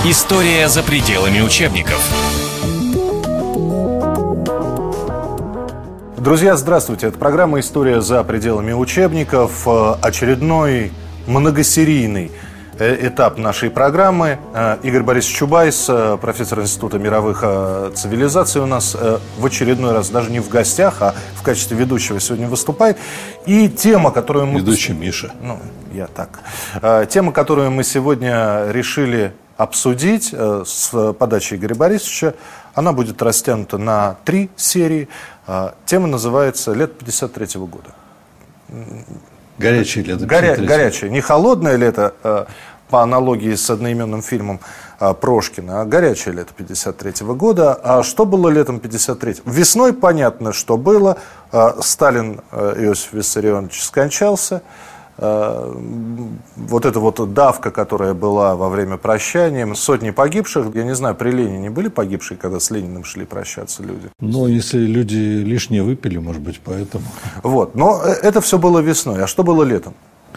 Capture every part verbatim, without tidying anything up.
История за пределами учебников. Друзья, здравствуйте. Это программа «История за пределами учебников». Очередной многосерийный этап нашей программы. Игорь Борисович Чубайс, профессор Института мировых цивилизаций, у нас в очередной раз, даже не в гостях, а в качестве ведущего сегодня выступает. И тема, которую мы... Ведущий Миша. Ну, я так. Тема, которую мы сегодня решили обсудить с подачи Игоря Борисовича, она будет растянута на три серии. Тема называется «Лето пятьдесят третьего года». Горячее лето. Горя... Горячее. Не холодное лето, э, по аналогии с одноименным фильмом э, Прошкина, а горячее лето пятьдесят третьего года. А что было летом пятьдесят третьего? Весной понятно, что было. Э, Сталин э, Иосиф Виссарионович скончался. Э, вот эта вот давка, которая была во время прощания, сотни погибших. Я не знаю, при Ленине были погибшие, когда с Лениным шли прощаться люди? Ну, если люди лишнее выпили, может быть, поэтому. Вот, но это все было весной. А что было летом?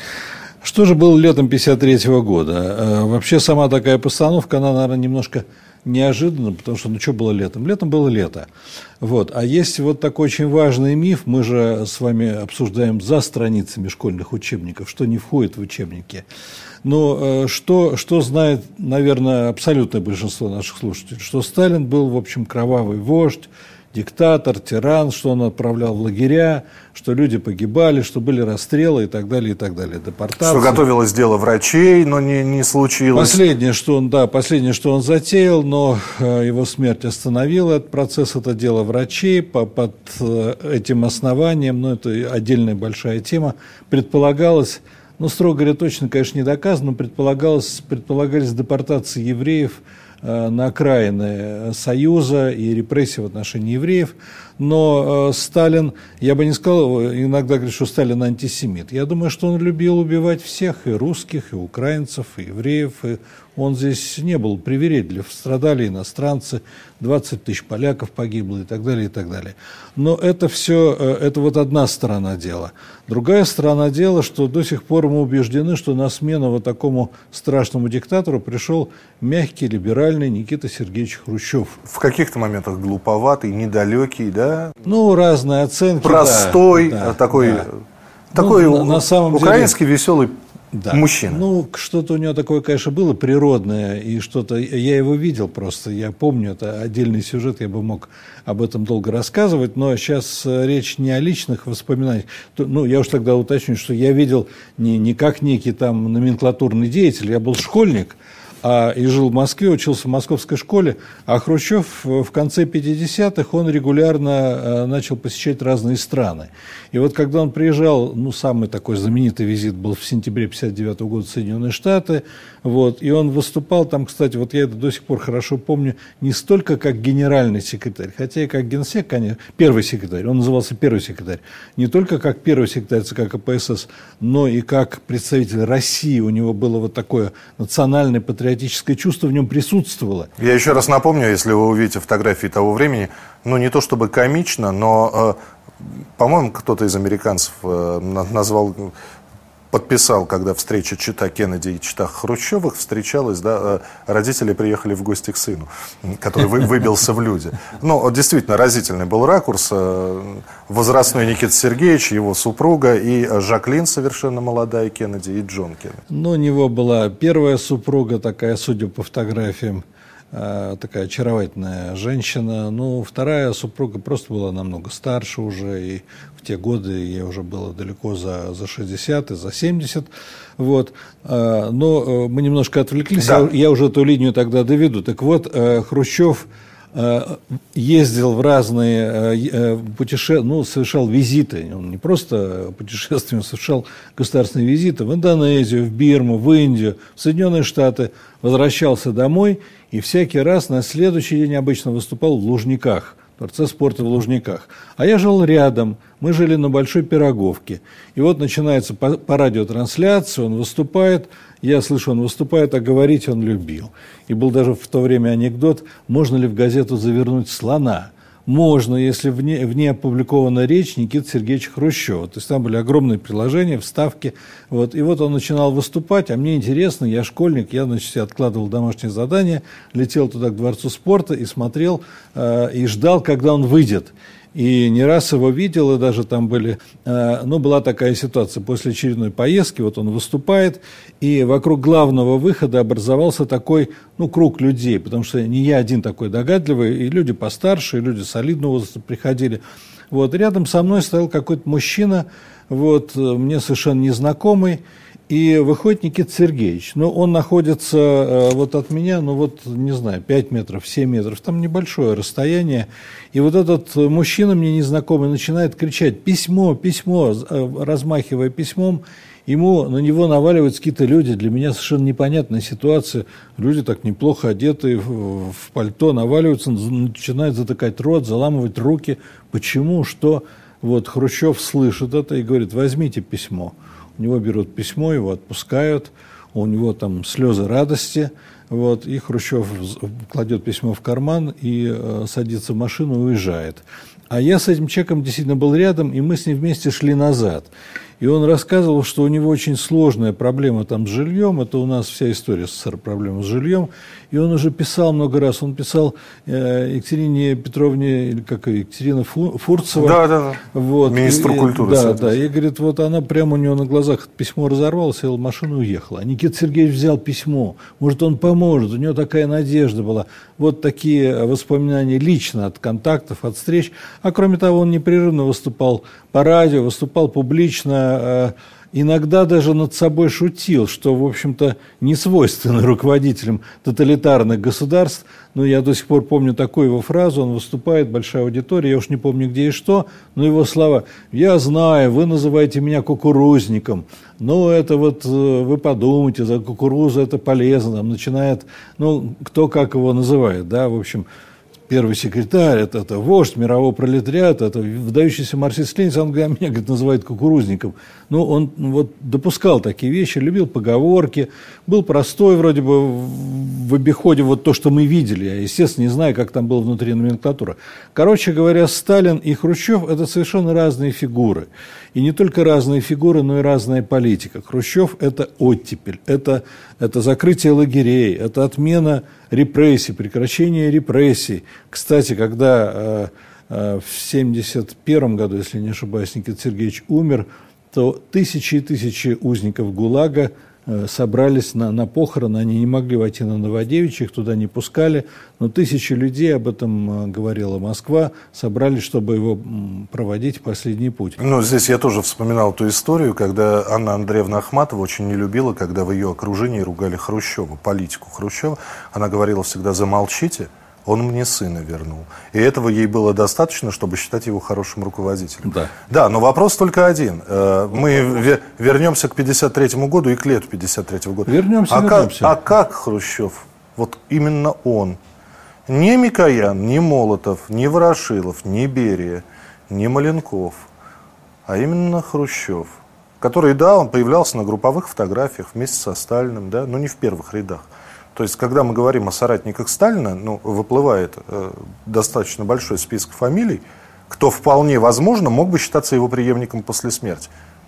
Что же было летом пятьдесят третьего года? Вообще, сама такая постановка, она, наверное, немножко неожиданно, потому что, ну, что было летом? Летом было лето. Вот. А есть вот такой очень важный миф, мы же с вами обсуждаем за страницами школьных учебников, что не входит в учебники. Но что, что знает, наверное, абсолютное большинство наших слушателей, что Сталин был, в общем, кровавый вождь, диктатор, тиран, что он отправлял в лагеря, что люди погибали, что были расстрелы и так далее, и так далее, депортации. Что готовилось дело врачей, но не, не случилось. Последнее, что он, да, последнее, что он затеял, но его смерть остановила этот процесс, это дело врачей по, под этим основанием, но это отдельная большая тема, предполагалось, ну, строго говоря, точно, конечно, не доказано, но предполагалось, предполагались депортации евреев на окраины Союза и репрессии в отношении евреев. Но э, Сталин, я бы не сказал, иногда говорит, что Сталин антисемит. Я думаю, что он любил убивать всех, и русских, и украинцев, и евреев. И он здесь не был привередлив. Страдали иностранцы, двадцать тысяч поляков погибло и так далее, и так далее. Но это все, э, это вот одна сторона дела. Другая сторона дела, что до сих пор мы убеждены, что на смену вот такому страшному диктатору пришел мягкий, либеральный Никита Сергеевич Хрущев. В каких-то моментах глуповатый, недалекий, да? Ну, разные оценки. Простой, да, такой, да. такой ну, на самом украинский деле, веселый да. мужчина. Ну, что-то у него такое, конечно, было природное, и что-то, я его видел просто, я помню, это отдельный сюжет, я бы мог об этом долго рассказывать, но сейчас речь не о личных воспоминаниях. Ну, я уж тогда уточню, что я видел не, не как некий там номенклатурный деятель, я был школьник, а, и жил в Москве, учился в московской школе, а Хрущев в конце пятидесятых, он регулярно а, начал посещать разные страны. И вот когда он приезжал, ну, самый такой знаменитый визит был в сентябре пятьдесят девятого года в Соединенные Штаты, вот, и он выступал там, кстати, вот я это до сих пор хорошо помню, не столько как генеральный секретарь, хотя и как генсек, конечно, первый секретарь, он назывался первый секретарь, не только как первый секретарь ЦК КПСС, но и как представитель России, у него было вот такое национальное патриотическое чувство в нем присутствовало. Я еще раз напомню, если вы увидите фотографии того времени, ну, не то чтобы комично, но, э, по-моему, кто-то из американцев э, назвал, подписал, когда встреча чета Кеннеди и чета Хрущевых встречалась, да, э, родители приехали в гости к сыну, который вы, выбился в люди. Ну, действительно, разительный был ракурс. Э, возрастной Никита Сергеевич, его супруга, и Жаклин, совершенно молодая Кеннеди, и Джон Кеннеди. Ну, у него была первая супруга, такая, судя по фотографиям, такая очаровательная женщина. Ну, вторая супруга просто была намного старше уже, и в те годы ей уже было далеко за, за шестьдесят и за семьдесят. Вот. Но мы немножко отвлеклись, да. я, я уже эту линию тогда доведу. Так вот, Хрущев ездил в разные путешествия, ну, совершал визиты, он не просто путешествия, он совершал государственные визиты в Индонезию, в Бирму, в Индию, в Соединенные Штаты, возвращался домой и всякий раз на следующий день обычно выступал в Лужниках, Дворце спорта в Лужниках. А я жил рядом, мы жили на Большой Пироговке. И вот начинается по, по радиотрансляции, он выступает, я слышу, он выступает, а говорить он любил. И был даже в то время анекдот, можно ли в газету завернуть слона. можно, если в ней, в ней опубликована речь Никиты Сергеевича Хрущева. То есть там были огромные приложения, вставки. Вот. И вот он начинал выступать, а мне интересно, я школьник, я, значит, откладывал домашнее задание, летел туда к Дворцу спорта и смотрел, э, и ждал, когда он выйдет. И не раз его видел, и даже там были, э, ну, была такая ситуация, после очередной поездки, вот он выступает, и вокруг главного выхода образовался такой, ну, круг людей, потому что не я один такой догадливый, и люди постарше, и люди солидного возраста приходили. Вот, рядом со мной стоял какой-то мужчина, вот, мне совершенно незнакомый, и выходит Никита Сергеевич. Ну, он находится э, вот от меня, ну вот, не знаю, пять метров, семь метров, там небольшое расстояние. И вот этот мужчина мне незнакомый начинает кричать: «Письмо, письмо», размахивая письмом. Ему, на него наваливаются какие-то люди, для меня совершенно непонятная ситуация. Люди так неплохо одетые, в, в пальто, наваливаются, начинают затыкать рот, заламывать руки. Почему? Что? Вот Хрущев слышит это и говорит: «Возьмите письмо». У него берут письмо, его отпускают, у него там слезы радости, вот, и Хрущев кладет письмо в карман и э, садится в машину и уезжает. А я с этим человеком действительно был рядом, и мы с ним вместе шли назад. И он рассказывал, что у него очень сложная проблема там с жильем, это у нас вся история СССР, проблема с жильем, и он уже писал много раз, он писал э, Екатерине Петровне, или как Екатерина Фу, Фурцева, да, да, да. Вот, министру и, культуры. Да, да, и говорит, вот она прямо у него на глазах письмо разорвала, села в машину и уехала. А Никита Сергеевич взял письмо, может, он поможет, у него такая надежда была. Вот такие воспоминания лично от контактов, от встреч. А кроме того, он непрерывно выступал по радио, выступал публично, иногда даже над собой шутил, что, в общем-то, не свойственно руководителям тоталитарных государств. Но я до сих пор помню такую его фразу, он выступает, большая аудитория, я уж не помню где и что, но его слова: «Я знаю, вы называете меня кукурузником, но это вот вы подумайте, за кукурузу это полезно», там начинает, ну, кто как его называет, да, в общем. Первый секретарь, это, это вождь мирового пролетариата, это выдающийся марксист-ленинец, он меня, говорит, называет кукурузником. Ну, он вот допускал такие вещи, любил поговорки, был простой вроде бы в обиходе, вот то, что мы видели. Я, естественно, не знаю, как там было внутри номенклатура. Короче говоря, Сталин и Хрущев – это совершенно разные фигуры. И не только разные фигуры, но и разная политика. Хрущев – это оттепель, это, это закрытие лагерей, это отмена репрессий, прекращение репрессий. Кстати, когда э, э, в семьдесят первом году, если не ошибаюсь, Никита Сергеевич умер, то тысячи и тысячи узников ГУЛАГа э, собрались на, на похороны, они не могли войти на Новодевичье, их туда не пускали, но тысячи людей, об этом э, говорила Москва, собрались, чтобы его м, проводить в последний путь. Ну, здесь я тоже вспоминал ту историю, когда Анна Андреевна Ахматова очень не любила, когда в ее окружении ругали Хрущева, политику Хрущева. Она говорила всегда: «Замолчите, он мне сына вернул». И этого ей было достаточно, чтобы считать его хорошим руководителем. Да, да, но вопрос только один. Мы вернемся к пятьдесят третьему году и к лету пятьдесят третьего года. Вернемся, а вернемся. Как, а как Хрущев, вот именно он, ни Микоян, ни Молотов, ни Ворошилов, ни Берия, ни Маленков, а именно Хрущев, который, да, он появлялся на групповых фотографиях вместе со Сталиным, да, но не в первых рядах. То есть, когда мы говорим о соратниках Сталина, ну, выплывает э, достаточно большой список фамилий, кто вполне возможно мог бы считаться его преемником после смерти.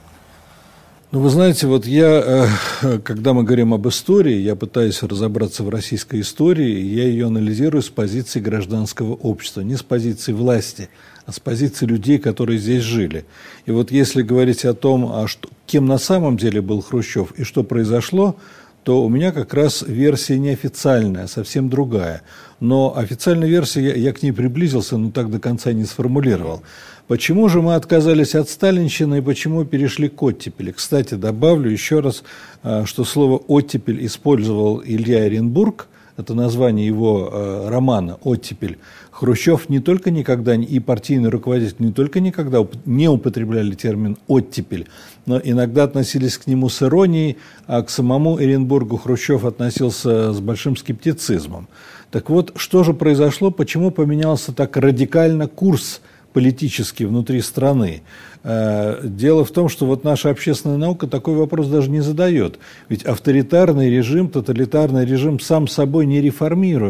Ну, вы знаете, вот я, э, когда мы говорим об истории, я пытаюсь разобраться в российской истории, я ее анализирую с позиции гражданского общества, не с позиции власти, а с позиции людей, которые здесь жили. И вот если говорить о том, а что, кем на самом деле был Хрущев и что произошло, то у меня как раз версия неофициальная, совсем другая. Но официальная версия, я, я к ней приблизился, но так до конца не сформулировал. Почему же мы отказались от сталинщины и почему перешли к оттепели? Кстати, добавлю еще раз, что слово «оттепель» использовал Илья Оренбург, это название его э, романа «Оттепель». Хрущев не только никогда, и партийный руководитель не только никогда не употребляли термин «оттепель», но иногда относились к нему с иронией, а к самому Оренбургу Хрущев относился с большим скептицизмом. Так вот, что же произошло, почему поменялся так радикально курс политически внутри страны? Дело в том, что вот наша общественная наука такой вопрос даже не задает. Ведь авторитарный режим, тоталитарный режим сам собой не реформируем.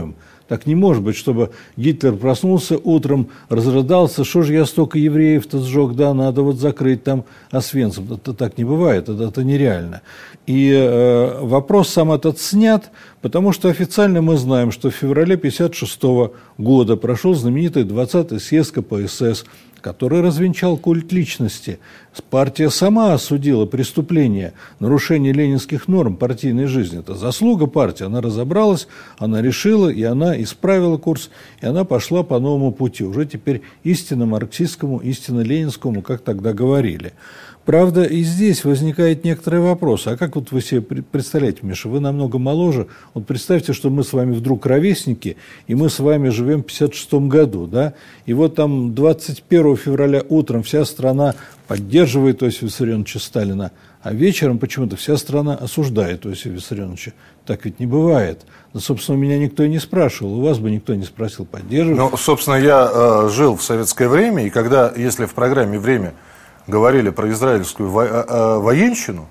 Так не может быть, чтобы Гитлер проснулся утром, разрыдался, что же я столько евреев-то сжег, да, надо вот закрыть там Освенцим. Это так не бывает, это, это нереально. И э, вопрос сам этот снят, потому что официально мы знаем, что в феврале тысяча девятьсот пятьдесят шестого года прошел знаменитый двадцатый съезд ка пэ эс эс, который развенчал культ личности. Партия сама осудила преступление, нарушение ленинских норм партийной жизни. Это заслуга партии. Она разобралась, она решила, и она исправила курс, и она пошла по новому пути. Уже теперь истинно марксистскому, истинно ленинскому, как тогда говорили. Правда, и здесь возникает некоторый вопрос. А как вот вы себе представляете, Миша, вы намного моложе. Вот представьте, что мы с вами вдруг ровесники, и мы с вами живем в пятьдесят шестом году, да? И вот там двадцать первого февраля утром вся страна поддерживает Иосифа Виссарионовича Сталина, а вечером почему-то вся страна осуждает Иосифа Виссарионовича. Так ведь не бывает. Да, собственно, меня никто и не спрашивал, у вас бы никто не спросил, поддерживать. Ну, собственно, я э, жил в советское время, и когда, если в программе «Время» говорили про израильскую во- э, военщину,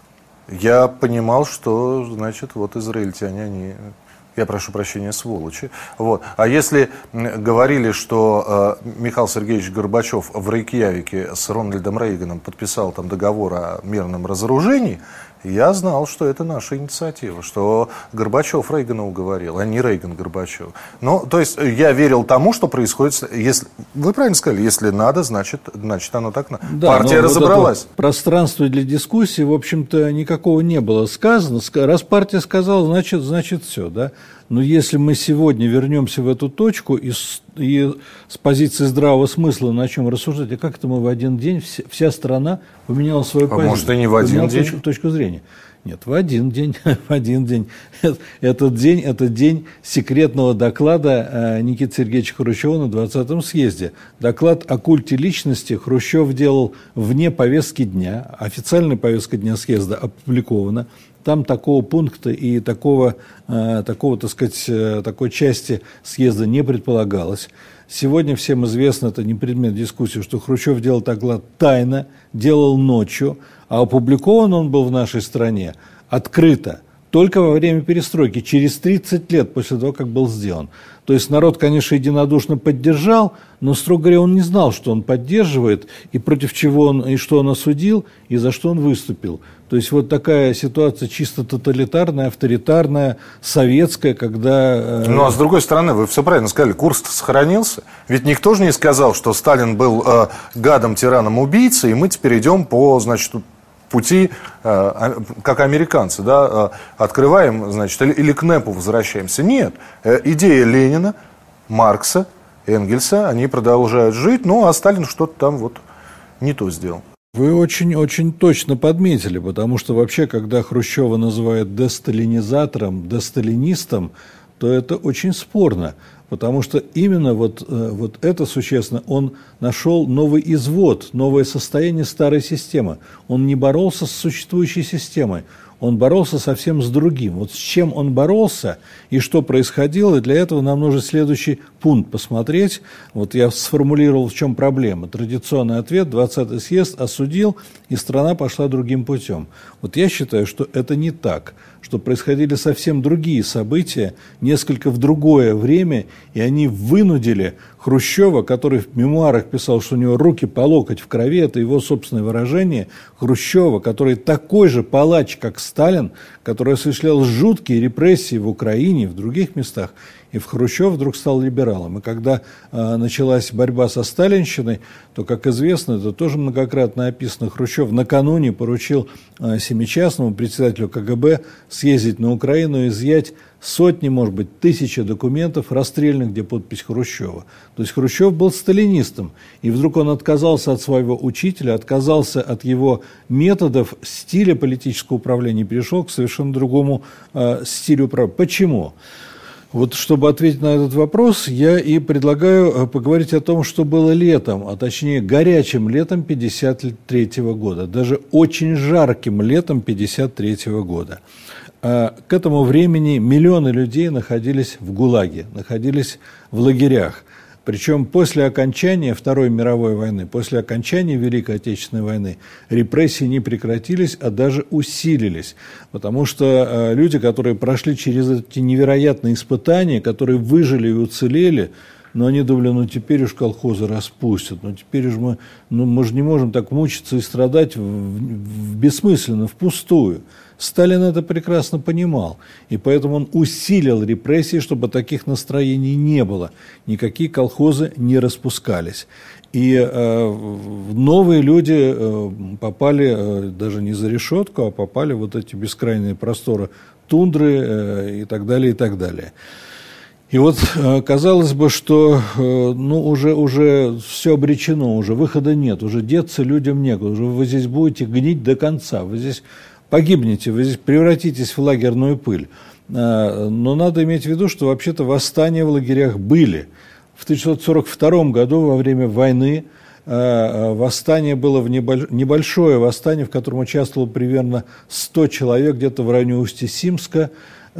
я понимал, что, значит, вот израильтяне, они, я прошу прощения, сволочи. Вот. А если говорили, что э, Михаил Сергеевич Горбачев в Рейкьявике с Рональдом Рейганом подписал там договор о мирном разоружении, я знал, что это наша инициатива, что Горбачев Рейгана уговорил, а не Рейган Горбачев. Ну, то есть я верил тому, что происходит. Если, вы правильно сказали, если надо, значит, значит оно так надо. Да, партия разобралась. Вот пространства для дискуссии, в общем-то, никакого не было сказано. Раз партия сказала, значит, значит все, да. Но если мы сегодня вернемся в эту точку и с, и с позиции здравого смысла начнем рассуждать, а как это мы в один день, вся, вся страна поменяла свою а позицию? Может, и не в один день? Точку, точку зрения. Нет, в один день, в один день. Этот день, это день секретного доклада Никиты Сергеевича Хрущева на двадцатом съезде. Доклад о культе личности Хрущев делал вне повестки дня. Официальная повестка дня съезда опубликована. Там такого пункта и такого, такого, так сказать, такой части съезда не предполагалось. Сегодня всем известно, это не предмет дискуссии, что Хрущев делал доклад тайно, делал ночью, а опубликован он был в нашей стране открыто, только во время перестройки, через тридцать лет после того, как был сделан. То есть народ, конечно, единодушно поддержал, но, строго говоря, он не знал, что он поддерживает, и против чего он, и что он осудил, и за что он выступил. То есть вот такая ситуация чисто тоталитарная, авторитарная, советская, когда... Ну, а с другой стороны, вы все правильно сказали, курс сохранился. Ведь никто же не сказал, что Сталин был э, гадом, тираном, убийцей, и мы теперь идем по, значит, пути, э, как американцы, да, э, открываем, значит, или, или к НЭПу возвращаемся. Нет, э, идея Ленина, Маркса, Энгельса, они продолжают жить, ну, а Сталин что-то там вот не то сделал. Вы очень-очень точно подметили, потому что вообще, когда Хрущева называют десталинизатором, десталинистом, то это очень спорно, потому что именно вот, вот это существенно, он нашел новый извод, новое состояние старой системы. Он не боролся с существующей системой, он боролся совсем с другим. Вот с чем он боролся и что происходило, и для этого нам нужно следующий пункт посмотреть. Вот я сформулировал, в чем проблема. Традиционный ответ: двадцатый съезд осудил, и страна пошла другим путем. Вот я считаю, что это не так, что происходили совсем другие события, несколько в другое время, и они вынудили Хрущева, который в мемуарах писал, что у него руки по локоть в крови, это его собственное выражение, Хрущева, который такой же палач, как Сталин, который осуществлял жуткие репрессии в Украине и в других местах, и Хрущев вдруг стал либералом. И когда э, началась борьба со сталинщиной, то, как известно, это тоже многократно описано, Хрущев накануне поручил э, семичастному председателю ка гэ бэ съездить на Украину и изъять сотни, может быть, тысячи документов расстрельных, где подпись Хрущева. То есть Хрущев был сталинистом, и вдруг он отказался от своего учителя, отказался от его методов, стиля политического управления, и перешел к совершенно другому э, стилю управления. Почему? Вот чтобы ответить на этот вопрос, я и предлагаю поговорить о том, что было летом, а точнее горячим летом пятьдесят третьего года, даже очень жарким летом пятьдесят третьего года. К этому времени миллионы людей находились в ГУЛАГе, находились в лагерях. Причем после окончания Второй мировой войны, после окончания Великой Отечественной войны репрессии не прекратились, а даже усилились. Потому что люди, которые прошли через эти невероятные испытания, которые выжили и уцелели, но они думали, ну теперь уж колхозы распустят, ну теперь уж мы, ну, мы же не можем так мучиться и страдать в, в бессмысленно, впустую. Сталин это прекрасно понимал, и поэтому он усилил репрессии, чтобы таких настроений не было, никакие колхозы не распускались. И э, новые люди э, попали э, даже не за решетку, а попали в вот эти бескрайние просторы тундры э, и так далее, и так далее. И вот казалось бы, что ну, уже, уже все обречено, уже выхода нет, уже деться людям некуда, уже вы здесь будете гнить до конца, вы здесь погибнете, вы здесь превратитесь в лагерную пыль. Но надо иметь в виду, что вообще-то восстания в лагерях были. В тысяча девятьсот сорок втором году, во время войны, восстание было в небольш... небольшое восстание, в котором участвовало примерно сто человек, где-то в районе Устья-Симска.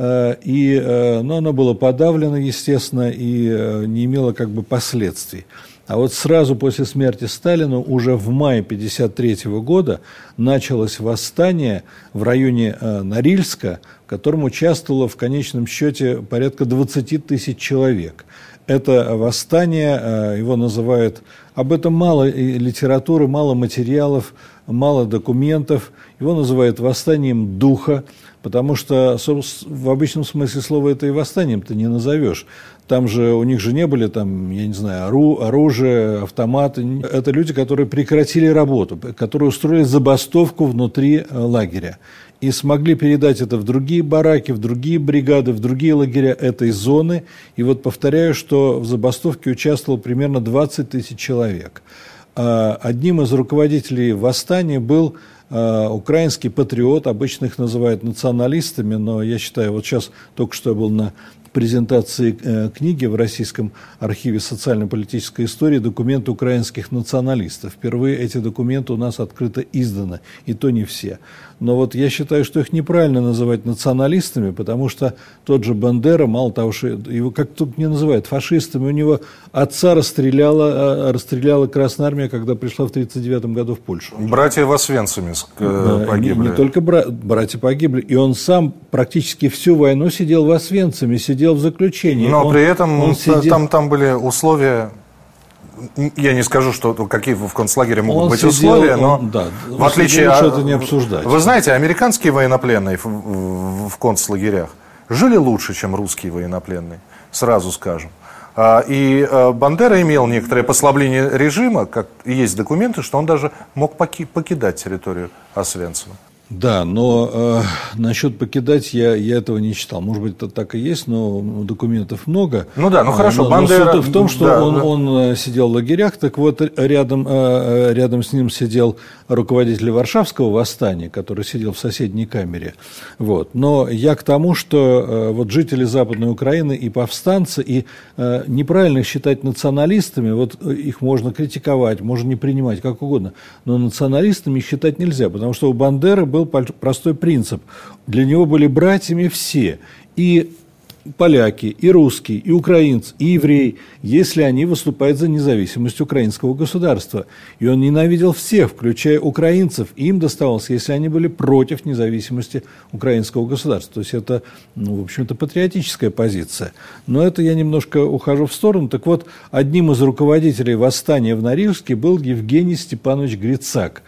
И, ну, оно было подавлено, естественно, и не имело как бы последствий. А вот сразу после смерти Сталина, уже в мае тысяча девятьсот пятьдесят третьего года, началось восстание в районе Норильска, в котором участвовало в конечном счете порядка двадцати тысяч человек. Это восстание, его называют, об этом мало литературы, мало материалов, мало документов, его называют восстанием духа, потому что в обычном смысле слова это и восстанием-то не назовешь. Там же, у них же не были, там, я не знаю, ору, оружие, автоматы. Это люди, которые прекратили работу, которые устроили забастовку внутри лагеря. И смогли передать это в другие бараки, в другие бригады, в другие лагеря этой зоны. И вот повторяю, что в забастовке участвовало примерно двадцать тысяч человек. Одним из руководителей восстания был украинский патриот, обычно их называют националистами, но я считаю, вот сейчас только что я был на презентации э, книги в Российском архиве социально-политической истории «Документы украинских националистов». Впервые эти документы у нас открыто изданы, и то не все. Но вот я считаю, что их неправильно называть националистами, потому что тот же Бандера, мало того, что его как тут не называют фашистами, у него отца расстреляла, расстреляла Красная Армия, когда пришла в тридцать девятом году в Польшу. Братья в Освенциме э, погибли. Не, не только бра- братья погибли, и он сам практически всю войну сидел в Освенциме, сидел в заключении. Но он, при этом он сидел... там, там были условия... Я не скажу, что какие в концлагере могут он быть сидел, условия, но он, да, в отличие от... это не обсуждать. Вы знаете, американские военнопленные в, в, в концлагерях жили лучше, чем русские военнопленные, сразу скажем. И Бандера имел некоторое послабление режима, как есть документы, что он даже мог поки- покидать территорию Освенцима. Да, но э, насчет покидать я, я этого не читал. Может быть, это так и есть, но документов много. Ну да, ну хорошо, но, Бандера... Но суть в том, что да, он, да. он сидел в лагерях, так вот рядом, э, рядом с ним сидел руководитель Варшавского восстания, который сидел в соседней камере. Вот. Но я к тому, что э, вот жители Западной Украины и повстанцы, и э, неправильно их считать националистами, вот их можно критиковать, можно не принимать, как угодно, но националистами их считать нельзя, потому что у Бандеры был простой принцип. Для него были братьями все, и поляки, и русские, и украинцы, и евреи, если они выступают за независимость украинского государства. И он ненавидел всех, включая украинцев, и им доставалось, если они были против независимости украинского государства. То есть это, ну, в общем-то, патриотическая позиция. Но это я немножко ухожу в сторону. Так вот, одним из руководителей восстания в Норильске был Евгений Степанович Грицак.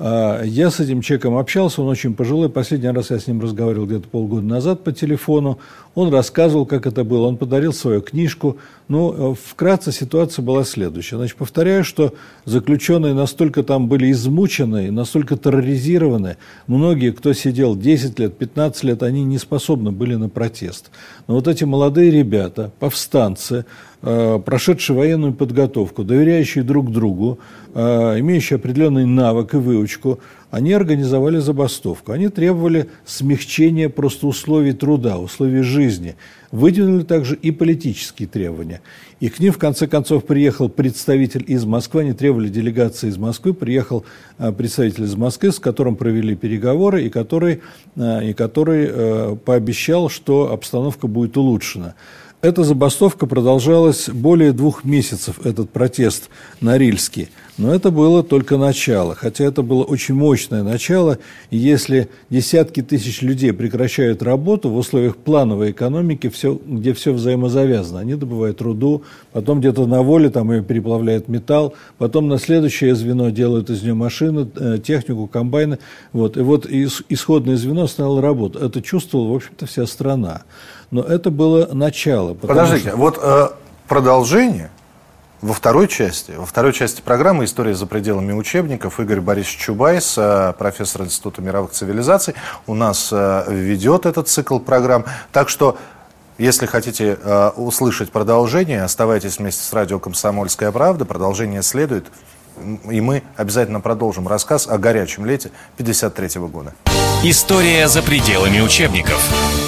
Я с этим человеком общался, он очень пожилой. Последний раз я с ним разговаривал где-то полгода назад по телефону. Он рассказывал, как это было. Он подарил свою книжку. Ну, вкратце ситуация была следующая. Значит, повторяю, что заключенные настолько там были измучены, настолько терроризированы. Многие, кто сидел десять лет, пятнадцать лет, они не способны были на протест. Но вот эти молодые ребята, повстанцы, прошедшие военную подготовку, доверяющие друг другу, имеющие определенный навык и выучку, они организовали забастовку. Они требовали смягчения просто условий труда, условий жизни. Выдвинули также и политические требования. И к ним, в конце концов, приехал представитель из Москвы, они требовали делегации из Москвы, приехал представитель из Москвы, с которым провели переговоры, и который, и который пообещал, что обстановка будет улучшена. Эта забастовка продолжалась более двух месяцев, этот протест Норильский. Но это было только начало, хотя это было очень мощное начало. И если десятки тысяч людей прекращают работу в условиях плановой экономики, все, где все взаимозавязано, они добывают руду, потом где-то на воле там ее переплавляют металл, потом на следующее звено делают из нее машины, технику, комбайны. Вот. И вот исходное звено стало работать. Это чувствовала, в общем-то, вся страна. Но это было начало. Подождите, что... вот э, продолжение во второй части. Во второй части программы «История за пределами учебников» Игорь Борисович Чубайс, э, профессор Института мировых цивилизаций, у нас э, ведет этот цикл программ. Так что, если хотите э, услышать продолжение, оставайтесь вместе с радио «Комсомольская правда». Продолжение следует. И мы обязательно продолжим рассказ о горячем лете пятьдесят третьего года. История за пределами учебников.